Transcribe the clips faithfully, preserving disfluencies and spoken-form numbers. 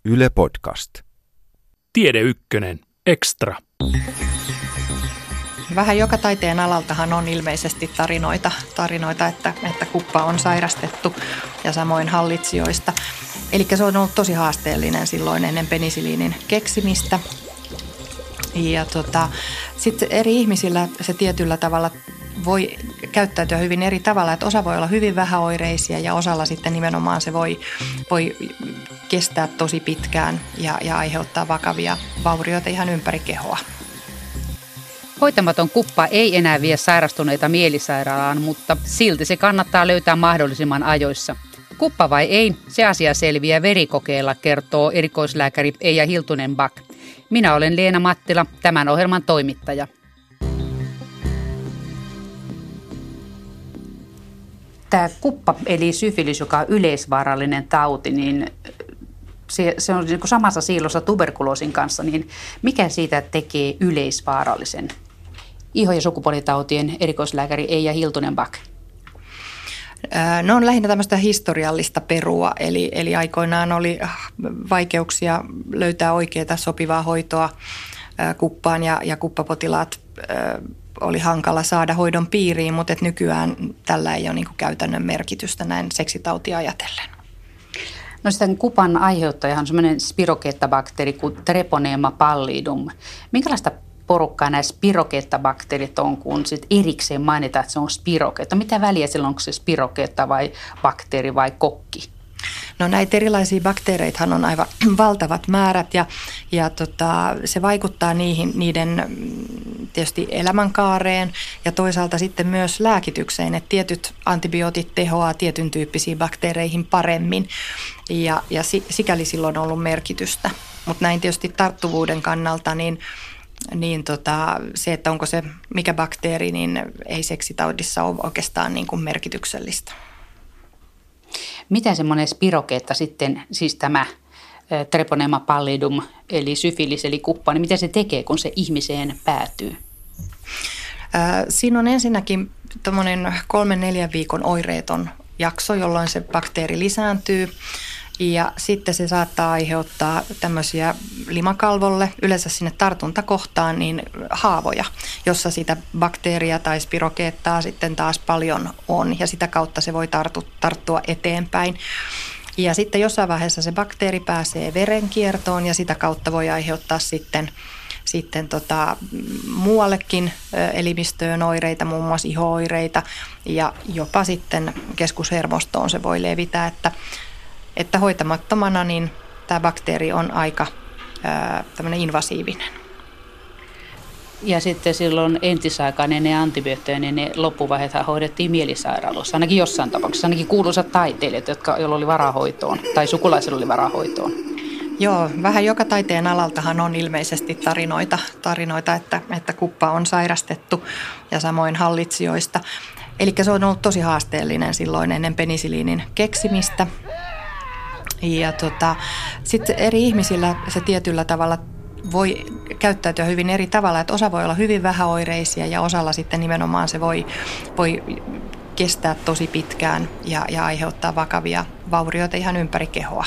Yle Podcast. Tiede Ykkönen. Extra. Vähän joka taiteen alaltahan on ilmeisesti tarinoita, tarinoita että, että kuppa on sairastettu ja samoin hallitsijoista. Eli se on ollut tosi haasteellinen silloin ennen penisiliinin keksimistä. Ja tota, sitten eri ihmisillä se tietyllä tavalla voi käyttäytyä hyvin eri tavalla, että osa voi olla hyvin vähäoireisia ja osalla sitten nimenomaan se voi, voi kestää tosi pitkään ja, ja aiheuttaa vakavia vaurioita ihan ympäri kehoa. Hoitamaton kuppa ei enää vie sairastuneita mielisairaalaan, mutta silti se kannattaa löytää mahdollisimman ajoissa. Kuppa vai ei, se asia selviää verikokeella, kertoo erikoislääkäri Eija Hiltunen-Bak. Minä olen Leena Mattila, tämän ohjelman toimittaja. Tämä kuppa eli syfilis, joka on yleisvaarallinen tauti, niin se, se on niin kuin samassa siilossa tuberkuloosin kanssa, niin mikä siitä tekee yleisvaarallisen? Iho- ja sukupuolitautien erikoislääkäri Eija Hiltunen-Bak. Ne on lähinnä tämmöistä historiallista perua, eli, eli aikoinaan oli vaikeuksia löytää oikeaa sopivaa hoitoa kuppaan ja, ja kuppapotilaat oli hankala saada hoidon piiriin, mutta et nykyään tällä ei ole niin kuin käytännön merkitystä näin seksitautia ajatellen. No sitten kupan aiheuttaja on semmoinen spirokeettabakteeri kuin Treponema pallidum. Minkälaista porukkaa nämä spirokeettabakteerit on, kun sit erikseen mainitaan, että se on spirokeetta? Mitä väliä sillä on, onko se spirokeetta vai bakteeri vai kokki? No näitä erilaisia bakteereithan on aivan valtavat määrät ja, ja tota, se vaikuttaa niihin, niiden tietysti elämänkaareen ja toisaalta sitten myös lääkitykseen, että tietyt antibiootit tehoaa tietyn tyyppisiin bakteereihin paremmin ja, ja sikäli silloin on ollut merkitystä. Mutta näin tietysti tarttuvuuden kannalta niin Niin tota, se, että onko se mikä bakteeri, niin ei seksitaudissa ole oikeastaan niin kuin merkityksellistä. Mitä semmoinen spirokeetta sitten, siis tämä Treponema pallidum, eli syfilis, eli kuppa, niin mitä se tekee, kun se ihmiseen päätyy? Ää, siinä on ensinnäkin tuommoinen kolmen neljän viikon oireeton jakso, jolloin se bakteeri lisääntyy. Ja sitten se saattaa aiheuttaa tämmöisiä limakalvolle, yleensä sinne tartuntakohtaan, niin haavoja, jossa sitä bakteeria tai spirokeettaa sitten taas paljon on. Ja sitä kautta se voi tartu, tarttua eteenpäin. Ja sitten jossain vaiheessa se bakteeri pääsee verenkiertoon ja sitä kautta voi aiheuttaa sitten, sitten tota, muuallekin elimistöön oireita, muun muassa iho-oireita. Ja jopa sitten keskushermostoon se voi levitä, että että hoitamattomana niin tämä bakteeri on aika ää, tämmöinen invasiivinen. Ja sitten silloin entisaikaan ennen antibiootteja, niin ne loppuvaiheethan hoidettiin mielisairaaloissa, ainakin jossain tapauksessa, ainakin kuuluisat taiteilijat, jotka, joilla oli varahoitoon tai sukulaisilla oli varahoitoon. Joo, vähän joka taiteen alaltahan on ilmeisesti tarinoita, tarinoita että, että kuppa on sairastettu ja samoin hallitsijoista. Eli se on ollut tosi haasteellinen silloin ennen penisiliinin keksimistä. Ja tota, sitten eri ihmisillä se tietyllä tavalla voi käyttäytyä hyvin eri tavalla, että osa voi olla hyvin vähäoireisia ja osalla sitten nimenomaan se voi, voi kestää tosi pitkään ja, ja aiheuttaa vakavia vaurioita ihan ympäri kehoa.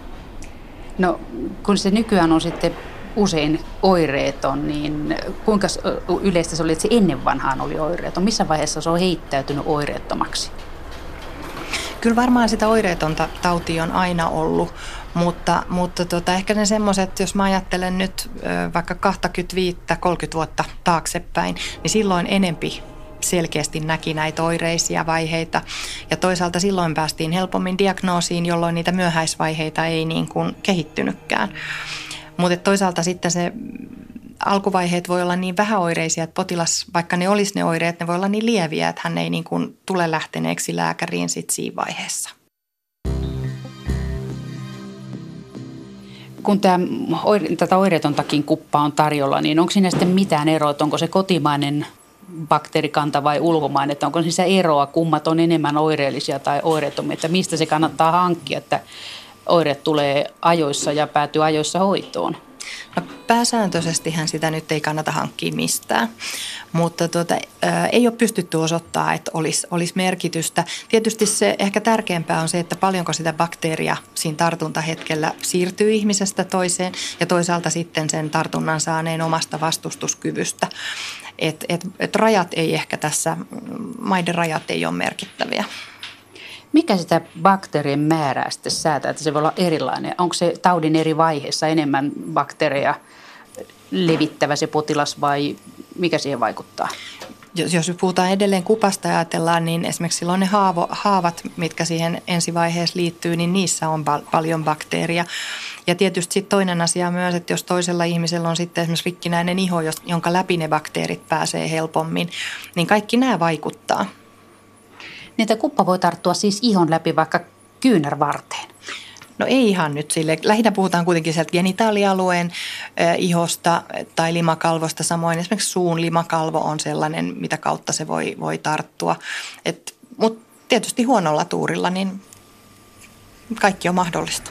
No kun se nykyään on sitten usein oireeton, niin kuinka yleistä se oli, että se ennen vanhaan oli oireeton? Missä vaiheessa se on heittäytynyt oireettomaksi? Kyllä varmaan sitä oireetonta tautia on aina ollut, mutta, mutta tota, ehkä ne semmoiset, jos mä ajattelen nyt vaikka kaksikymmentäviisi kolmekymmentä vuotta taaksepäin, niin silloin enempi selkeästi näki näitä oireisia vaiheita. Ja toisaalta silloin päästiin helpommin diagnoosiin, jolloin niitä myöhäisvaiheita ei niin kuin kehittynytkään. Mutta toisaalta sitten se alkuvaiheet voi olla niin vähäoireisia, että potilas, vaikka ne olisi ne oireet, ne voi olla niin lieviä, että hän ei niin kuin tule lähteneeksi lääkäriin sit siinä vaiheessa. Kun tämä, tätä oireetontakin kuppaa on tarjolla, niin onko siinä sitten mitään eroa, että onko se kotimainen bakteerikanta vai ulkomainen, että onko siinä eroa, kummat on enemmän oireellisia tai oireettomia, että mistä se kannattaa hankkia, että oireet tulee ajoissa ja päätyy ajoissa hoitoon? No, pääsääntöisestihän sitä nyt ei kannata hankkia mistään, mutta tuota, ää, ei ole pystytty osoittamaan, että olisi, olisi merkitystä. Tietysti se ehkä tärkeämpää on se, että paljonko sitä bakteeria siinä tartuntahetkellä siirtyy ihmisestä toiseen ja toisaalta sitten sen tartunnan saaneen omasta vastustuskyvystä. Et, et, et rajat ei ehkä tässä, maiden rajat ei ole merkittäviä. Mikä sitä bakteerien määrää sitten säätää, että se voi olla erilainen? Onko se taudin eri vaiheessa enemmän bakteereja levittävä se potilas vai mikä siihen vaikuttaa? Jos, jos puhutaan edelleen kupasta ja ajatellaan, niin esimerkiksi silloin ne haavo, haavat, mitkä siihen ensivaiheessa liittyy, niin niissä on pal- paljon bakteeria. Ja tietysti sitten toinen asia myös, että jos toisella ihmisellä on sitten esimerkiksi rikkinäinen iho, jonka läpi ne bakteerit pääsee helpommin, niin kaikki nämä vaikuttaa. Niitä kuppa voi tarttua siis ihon läpi vaikka kyynärvarteen. No ei ihan nyt sille. Lähinnä puhutaan kuitenkin sieltä genitaalialueen äh, ihosta tai limakalvosta. Samoin esimerkiksi suun limakalvo on sellainen, mitä kautta se voi, voi tarttua. Mutta tietysti huonolla tuurilla niin kaikki on mahdollista.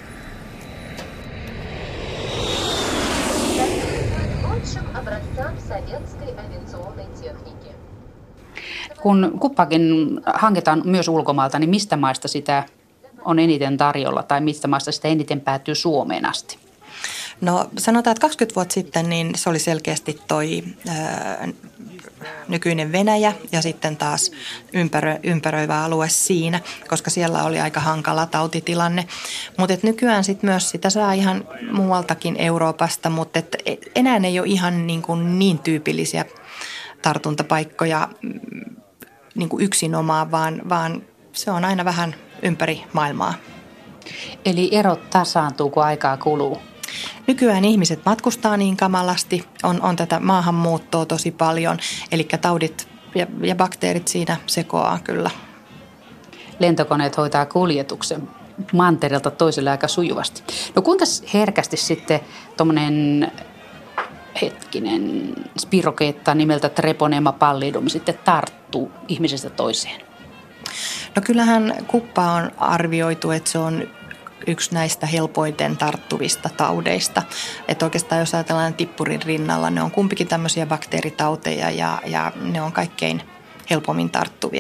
Kun kuppakin hankitaan myös ulkomailta, niin mistä maista sitä on eniten tarjolla tai mistä maista sitä eniten päätyy Suomeen asti? No sanotaan, että kaksikymmentä vuotta sitten niin se oli selkeästi toi ää, nykyinen Venäjä ja sitten taas ympärö, ympäröivä alue siinä, koska siellä oli aika hankala tautitilanne. Mutta nykyään sitten myös sitä saa ihan muualtakin Euroopasta, mutta et enää ei ole ihan niin, kuin niin tyypillisiä tartuntapaikkoja niin kuin yksinomaan, vaan, vaan se on aina vähän ympäri maailmaa. Eli erot tasaantuu, kun aikaa kuluu? Nykyään ihmiset matkustaa niin kamalasti, on, on tätä maahanmuuttoa tosi paljon, eli taudit ja, ja bakteerit siinä sekoaa kyllä. Lentokoneet hoitaa kuljetuksen mantereelta toiselle aika sujuvasti. No kuinka herkästi sitten tuommoinen hetkinen spirokeetta nimeltä Treponema pallidum sitten tarttuu ihmisestä toiseen? No kyllähän kuppa on arvioitu, että se on yksi näistä helpoiten tarttuvista taudeista. Että oikeastaan jos ajatellaan tippurin rinnalla, ne on kumpikin tämmöisiä bakteeritauteja ja, ja ne on kaikkein helpommin tarttuvia.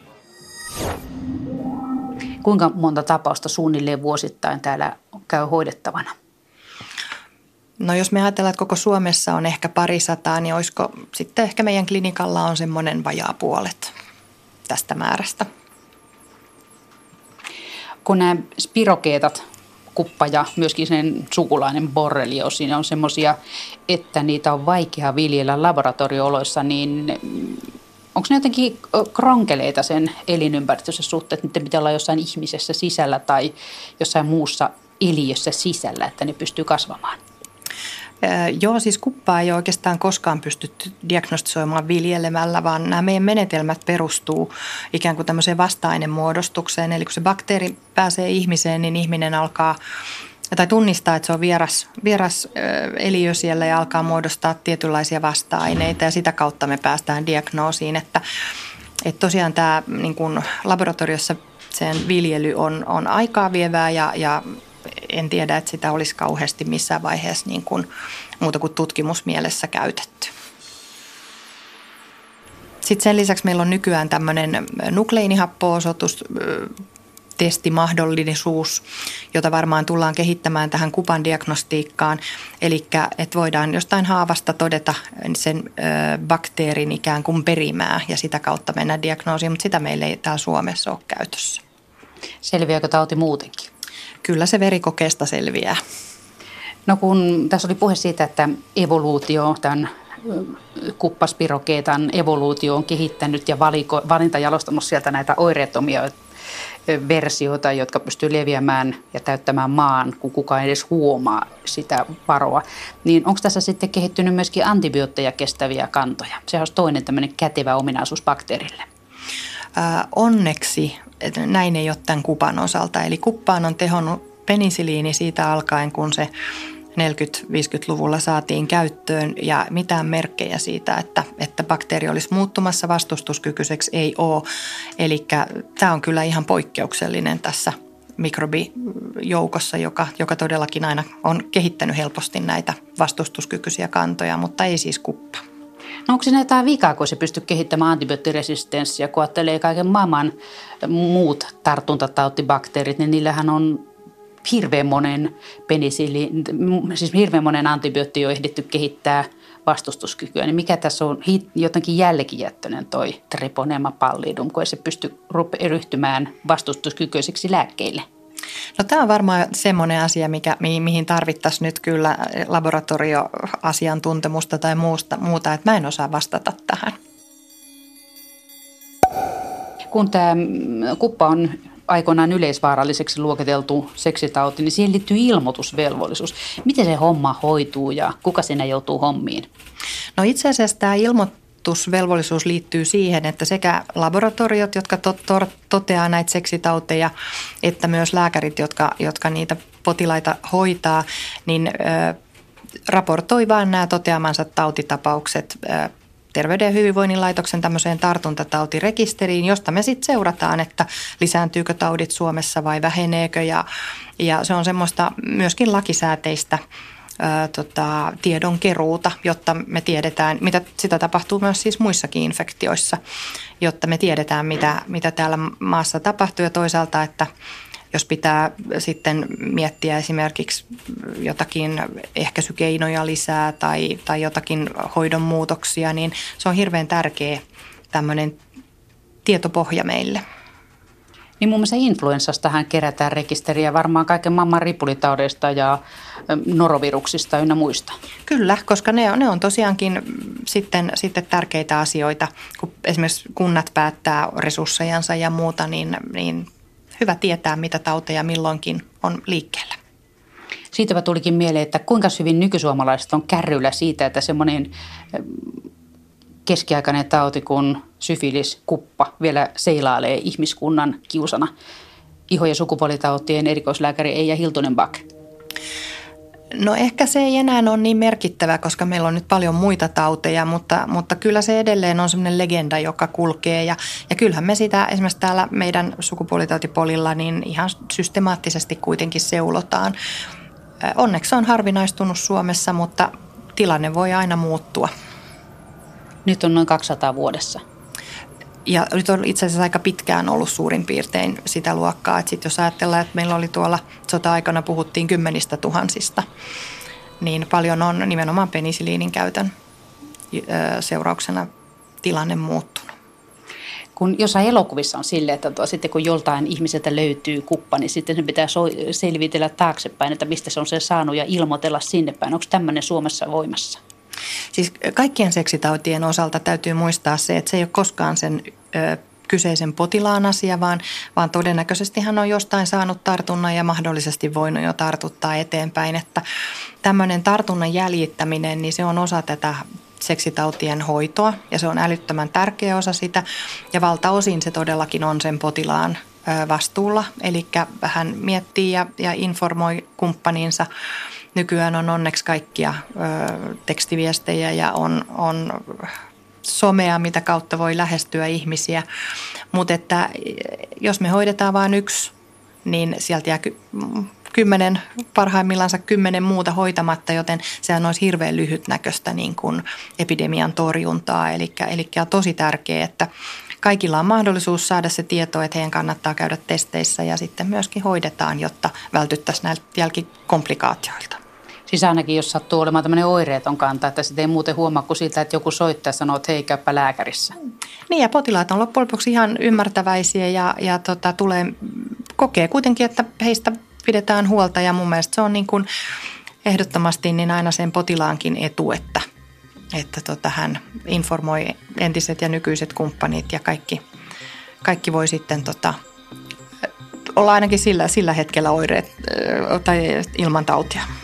Kuinka monta tapausta suunnilleen vuosittain täällä käy hoidettavana? No jos me ajatellaan, että koko Suomessa on ehkä parisataa, niin olisiko sitten ehkä meidän klinikalla on semmoinen vajaa puolet tästä määrästä. Kun nämä spirokeetat, kuppa ja myöskin sen sukulainen borrelioosi, ne on semmoisia, että niitä on vaikea viljellä laboratorio-oloissa, niin onko ne jotenkin kronkeleita sen elinympäristössä suhteen, että niiden pitää olla jossain ihmisessä sisällä tai jossain muussa eliössä sisällä, että ne pystyy kasvamaan? Joo, siis kuppaa ei ole oikeastaan koskaan pystytty diagnostisoimaan viljelemällä, vaan nämä meidän menetelmät perustuu ikään kuin tämmöiseen vasta-ainemuodostukseen. Eli kun se bakteeri pääsee ihmiseen, niin ihminen alkaa, tai tunnistaa, että se on vieras, vieras eliö siellä ja alkaa muodostaa tietynlaisia vasta-aineita ja sitä kautta me päästään diagnoosiin. Että, että tosiaan tämä niin kuin laboratoriossa sen viljely on, on aikaa vievää ja, ja en tiedä, että sitä olisi kauheasti missään vaiheessa niin kuin muuta kuin tutkimusmielessä käytetty. Sitten sen lisäksi meillä on nykyään tämmöinen nukleiinihappo-osoitustestimahdollisuus, jota varmaan tullaan kehittämään tähän kupan diagnostiikkaan. Eli että voidaan jostain haavasta todeta sen bakteerin ikään kuin perimää ja sitä kautta mennä diagnoosiin, mutta sitä meillä ei täällä Suomessa ole käytössä. Selviääkö tauti muutenkin? Kyllä se verikokeesta selviää. No kun tässä oli puhe siitä, että evoluutio, tämän kuppaspirokeetan evoluutio on kehittänyt ja valiko, valintajalostanut sieltä näitä oireettomia versioita, jotka pystyy leviämään ja täyttämään maan, kun kukaan edes huomaa sitä varoa. Niin onko tässä sitten kehittynyt myöskin antibiootteja kestäviä kantoja? Se olisi toinen tämmöinen kätevä ominaisuus bakteerille. Ää, onneksi näin ei ole tämän kupan osalta. Eli kuppaan on tehonnut penisiliini siitä alkaen, kun se neljäkymmentä-viisikymmentäluvulla saatiin käyttöön ja mitään merkkejä siitä, että, että bakteeri olisi muuttumassa vastustuskykyiseksi, ei ole. Eli tämä on kyllä ihan poikkeuksellinen tässä mikrobijoukossa, joka, joka todellakin aina on kehittänyt helposti näitä vastustuskykyisiä kantoja, mutta ei siis kuppa. No onko siinä jotain vikaa, kun se pystyy kehittämään antibioottiresistenssiä, kun ajattelee kaiken maailman muut tartuntatautibakteerit, niin niillähän on hirveän monen penisili, siis hirveän monen antibiootti on ehditty kehittää vastustuskykyä. Niin mikä tässä on jotenkin jälkijättöinen toi Treponema pallidum, kun ei se pysty ryhtymään vastustuskykyiseksi lääkkeille? No tämä on varmaan semmoinen asia, mikä, mihin tarvittaisiin nyt kyllä laboratorioasiantuntemusta tai muusta, muuta, että mä en osaa vastata tähän. Kun tämä kuppa on aikoinaan yleisvaaralliseksi luokiteltu seksitauti, niin siihen liittyy ilmoitusvelvollisuus. Miten se homma hoituu ja kuka siinä joutuu hommiin? No itse asiassa tämä ilmoitusvelvollisuus liittyy siihen, että sekä laboratoriot, jotka to- to- toteaa näitä seksitauteja, että myös lääkärit, jotka, jotka niitä potilaita hoitaa, niin ö, raportoi vaan nämä toteamansa tautitapaukset ö, Terveyden ja hyvinvoinnin laitoksen tämmöiseen tartuntatautirekisteriin, josta me sitten seurataan, että lisääntyykö taudit Suomessa vai väheneekö. Ja, ja se on semmoista myöskin lakisääteistä ää, tota, tiedonkeruuta, jotta me tiedetään, mitä sitä tapahtuu myös siis muissakin infektioissa, jotta me tiedetään, mitä, mitä täällä maassa tapahtuu ja toisaalta, että jos pitää sitten miettiä esimerkiksi jotakin ehkäisykeinoja lisää tai, tai jotakin hoidon muutoksia, niin se on hirveän tärkeä tämmöinen tietopohja meille. Niin muun muassa influenssastahan kerätään rekisteriä varmaan kaiken maailman ripulitaudeista ja noroviruksista ynnä muista. Kyllä, koska ne on, ne on tosiaankin sitten, sitten tärkeitä asioita, kun esimerkiksi kunnat päättää resurssejansa ja muuta, niin, niin hyvä tietää, mitä tauteja milloinkin on liikkeellä. Siitäpä tulikin mieleen, että kuinka hyvin nykysuomalaiset on kärryillä siitä, että semmoinen keskiaikainen tauti kuin syfilis, kuppa vielä seilailee ihmiskunnan kiusana. Iho- ja sukupuolitautien erikoislääkäri Eija Hiltunen-Bak. No ehkä se ei enää ole niin merkittävä, koska meillä on nyt paljon muita tauteja, mutta, mutta kyllä se edelleen on semmoinen legenda, joka kulkee. Ja, ja kyllähän me sitä esimerkiksi täällä meidän sukupuolitautipolilla niin ihan systemaattisesti kuitenkin seulotaan. Onneksi se on harvinaistunut Suomessa, mutta tilanne voi aina muuttua. Nyt on noin kaksisataa vuodessa. Ja nyt on itse asiassa aika pitkään ollut suurin piirtein sitä luokkaa, että sit jos ajatellaan, että meillä oli tuolla sota-aikana puhuttiin kymmenistä tuhansista, niin paljon on nimenomaan penisiliinin käytön seurauksena tilanne muuttunut. Kun jossain elokuvissa on silleen, että tuo, sitten kun joltain ihmiseltä löytyy kuppa, niin sitten se pitää so- selvitellä taaksepäin, että mistä se on sen saanut ja ilmoitella sinne päin. Onko tämmöinen Suomessa voimassa? Siis kaikkien seksitautien osalta täytyy muistaa se, että se ei ole koskaan sen ö, kyseisen potilaan asia, vaan, vaan todennäköisesti hän on jostain saanut tartunnan ja mahdollisesti voinut jo tartuttaa eteenpäin. Että tämmöinen tartunnan jäljittäminen, niin se on osa tätä seksitautien hoitoa ja se on älyttömän tärkeä osa sitä. Ja valtaosin se todellakin on sen potilaan ö, vastuulla, eli hän miettii ja, ja informoi kumppaninsa. Nykyään on onneksi kaikkia ö, tekstiviestejä ja on, on somea, mitä kautta voi lähestyä ihmisiä. Mutta että jos me hoidetaan vain yksi, niin sieltä jää ky- kymmenen, parhaimmillaan kymmenen muuta hoitamatta, joten sehän olisi hirveän lyhytnäköistä niin kuin epidemian torjuntaa. Eli, eli on tosi tärkeää, että kaikilla on mahdollisuus saada se tieto, että heidän kannattaa käydä testeissä ja sitten myöskin hoidetaan, jotta vältyttäisiin näiltä jälkikomplikaatioilta. Siis ainakin, jos sattuu olemaan tämmöinen oireeton kanta, että sitä ei muuten huomaa kuin siitä, että joku soittaa ja sanoo, että hei, käypä lääkärissä. Niin ja potilaat on loppujen lopuksi ihan ymmärtäväisiä ja, ja tota, tulee, kokee kuitenkin, että heistä pidetään huolta ja mun mielestä se on niin kuin ehdottomasti niin aina sen potilaankin etu, että, että tota, hän informoi entiset ja nykyiset kumppanit ja kaikki, kaikki voi sitten tota, olla ainakin sillä, sillä hetkellä oireet tai ilman tautia.